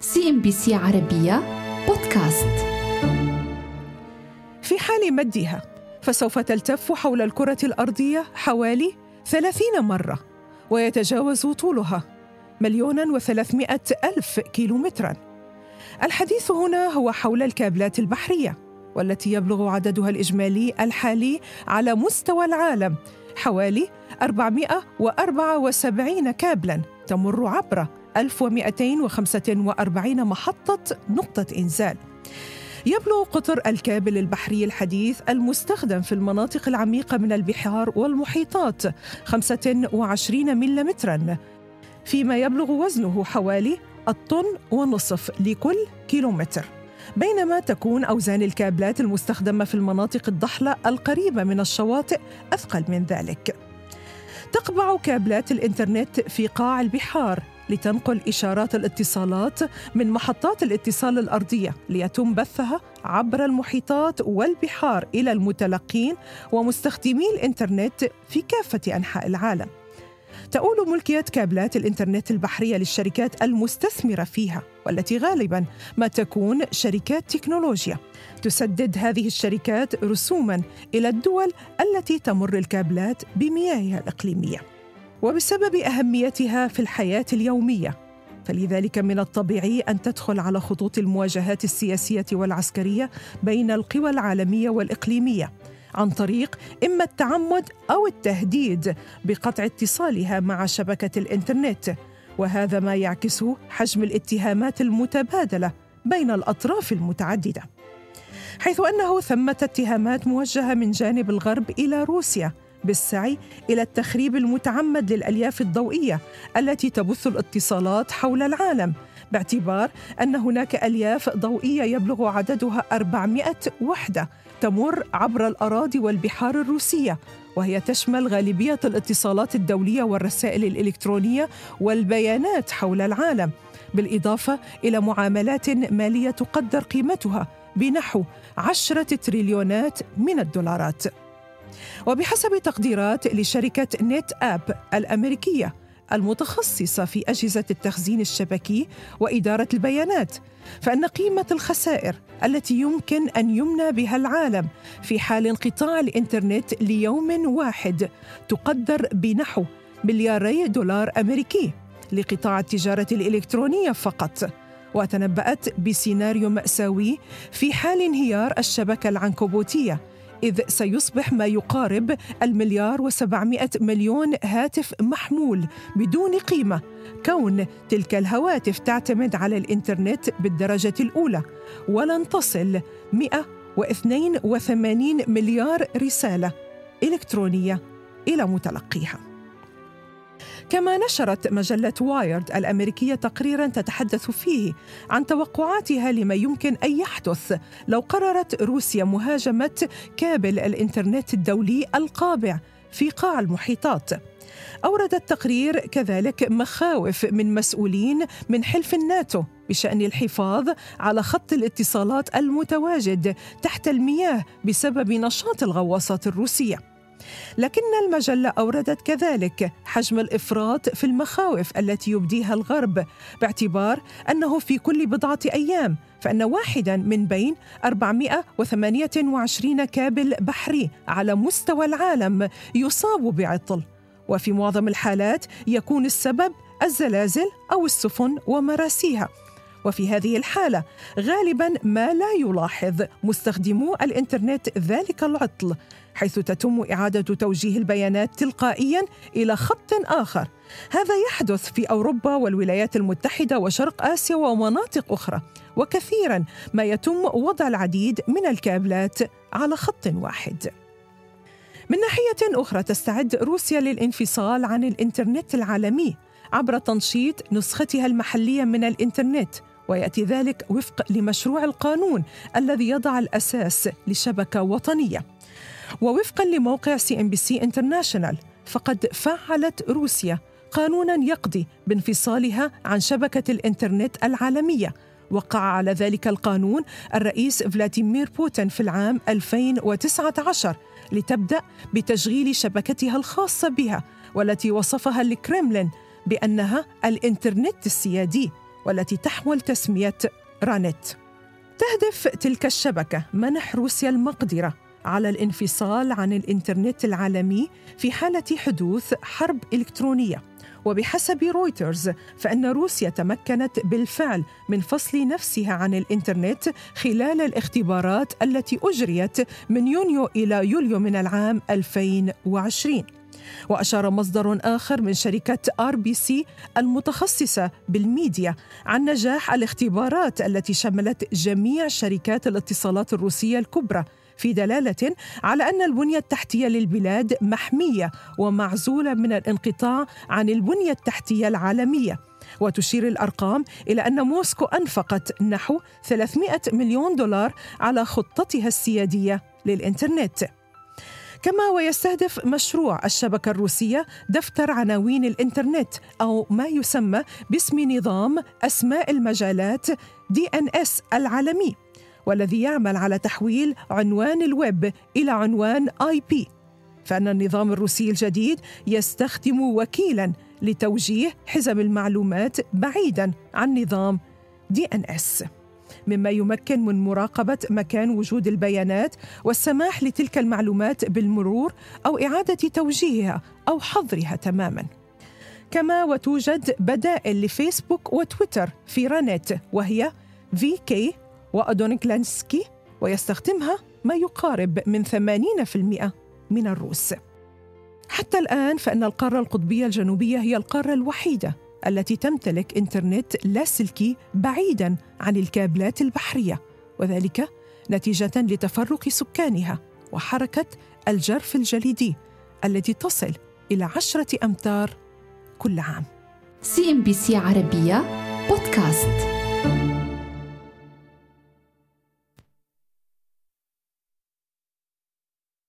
CNBC عربية بودكاست. في حال مدها فسوف تلتف حول الكرة الأرضية حوالي 30 مرة، ويتجاوز طولها 1,300,000 كيلومتراً. الحديث هنا هو حول الكابلات البحرية، والتي يبلغ عددها الإجمالي الحالي على مستوى العالم حوالي 474 كابلاً تمر عبر 1245 محطة نقطة إنزال. يبلغ قطر الكابل البحري الحديث المستخدم في المناطق العميقة من البحار والمحيطات 25 ملمتراً، فيما يبلغ وزنه حوالي 1.5 طن لكل كيلومتر، بينما تكون أوزان الكابلات المستخدمة في المناطق الضحلة القريبة من الشواطئ أثقل من ذلك. تقبع كابلات الإنترنت في قاع البحار لتنقل إشارات الاتصالات من محطات الاتصال الأرضية ليتم بثها عبر المحيطات والبحار إلى المتلقين ومستخدمي الإنترنت في كافة أنحاء العالم. تؤول ملكية كابلات الإنترنت البحرية للشركات المستثمرة فيها، والتي غالباً ما تكون شركات تكنولوجيا. تسدد هذه الشركات رسوماً إلى الدول التي تمر الكابلات بمياهها الإقليمية. وبسبب أهميتها في الحياة اليومية، فلذلك من الطبيعي أن تدخل على خطوط المواجهات السياسية والعسكرية بين القوى العالمية والإقليمية، عن طريق إما التعمد أو التهديد بقطع اتصالها مع شبكة الإنترنت، وهذا ما يعكس حجم الاتهامات المتبادلة بين الأطراف المتعددة، حيث أنه ثمة اتهامات موجهة من جانب الغرب إلى روسيا بالسعي إلى التخريب المتعمد للألياف الضوئية التي تبث الاتصالات حول العالم، باعتبار أن هناك ألياف ضوئية يبلغ عددها 400 وحدة تمر عبر الأراضي والبحار الروسية، وهي تشمل غالبية الاتصالات الدولية والرسائل الإلكترونية والبيانات حول العالم، بالإضافة إلى معاملات مالية تقدر قيمتها بنحو 10 تريليونات من الدولارات. وبحسب تقديرات لشركة نت آب الأمريكية المتخصصة في أجهزة التخزين الشبكي وإدارة البيانات، فإن قيمة الخسائر التي يمكن أن يمنى بها العالم في حال انقطاع الإنترنت ليوم واحد تقدر بنحو $2 أمريكي لقطاع التجارة الإلكترونية فقط. وتنبأت بسيناريو مأساوي في حال انهيار الشبكة العنكبوتية، إذ سيصبح ما يقارب 1,700,000,000 هاتف محمول بدون قيمة، كون تلك الهواتف تعتمد على الإنترنت بالدرجة الأولى، ولن تصل 182 مليار رسالة إلكترونية إلى متلقيها. كما نشرت مجلة وايرد الأمريكية تقريراً تتحدث فيه عن توقعاتها لما يمكن أن يحدث لو قررت روسيا مهاجمة كابل الإنترنت الدولي القابع في قاع المحيطات. أورد التقرير كذلك مخاوف من مسؤولين من حلف الناتو بشأن الحفاظ على خط الاتصالات المتواجد تحت المياه بسبب نشاط الغواصات الروسية. لكن المجلة أوردت كذلك حجم الإفراط في المخاوف التي يبديها الغرب، باعتبار أنه في كل بضعة أيام فإن واحداً من بين 428 كابل بحري على مستوى العالم يصاب بعطل، وفي معظم الحالات يكون السبب الزلازل أو السفن ومراسيها. وفي هذه الحالة غالباً ما لا يلاحظ مستخدمو الإنترنت ذلك العطل، حيث تتم إعادة توجيه البيانات تلقائياً إلى خط آخر. هذا يحدث في أوروبا والولايات المتحدة وشرق آسيا ومناطق أخرى، وكثيراً ما يتم وضع العديد من الكابلات على خط واحد. من ناحية أخرى تستعد روسيا للانفصال عن الإنترنت العالمي عبر تنشيط نسختها المحلية من الإنترنت، ويأتي ذلك وفق لمشروع القانون الذي يضع الأساس لشبكة وطنية. ووفقاً لموقع CNBC International، فقد فعلت روسيا قانوناً يقضي بانفصالها عن شبكة الإنترنت العالمية. وقع على ذلك القانون الرئيس فلاديمير بوتين في العام 2019 لتبدأ بتشغيل شبكتها الخاصة بها، والتي وصفها الكرملين بأنها الإنترنت السيادي، والتي تحمل تسمية رانت. تهدف تلك الشبكة منح روسيا المقدرة على الانفصال عن الإنترنت العالمي في حالة حدوث حرب إلكترونية. وبحسب رويترز فإن روسيا تمكنت بالفعل من فصل نفسها عن الإنترنت خلال الاختبارات التي أجريت من يونيو إلى يوليو من العام 2020. وأشار مصدر آخر من شركة RBC المتخصصة بالميديا عن نجاح الاختبارات التي شملت جميع شركات الاتصالات الروسية الكبرى، في دلالة على أن البنية التحتية للبلاد محمية ومعزولة من الانقطاع عن البنية التحتية العالمية. وتشير الأرقام إلى أن موسكو أنفقت نحو 300 مليون دولار على خطتها السيادية للإنترنت. كما ويستهدف مشروع الشبكة الروسية دفتر عناوين الإنترنت، أو ما يسمى باسم نظام أسماء المجالات DNS العالمي، والذي يعمل على تحويل عنوان الويب إلى عنوان IP. فإن النظام الروسي الجديد يستخدم وكيلاً لتوجيه حزم المعلومات بعيداً عن نظام DNS، مما يمكن من مراقبة مكان وجود البيانات والسماح لتلك المعلومات بالمرور أو إعادة توجيهها أو حظرها تماماً. كما وتوجد بدائل لفيسبوك وتويتر في رانت، وهي VK وأدونيكلانسكي، ويستخدمها ما يقارب من 80% من الروس. حتى الآن فإن القارة القطبية الجنوبية هي القارة الوحيدة التي تمتلك إنترنت لاسلكي بعيداً عن الكابلات البحرية، وذلك نتيجة لتفرق سكانها وحركة الجرف الجليدي التي تصل إلى 10 أمتار كل عام. CNBC عربية بودكاست.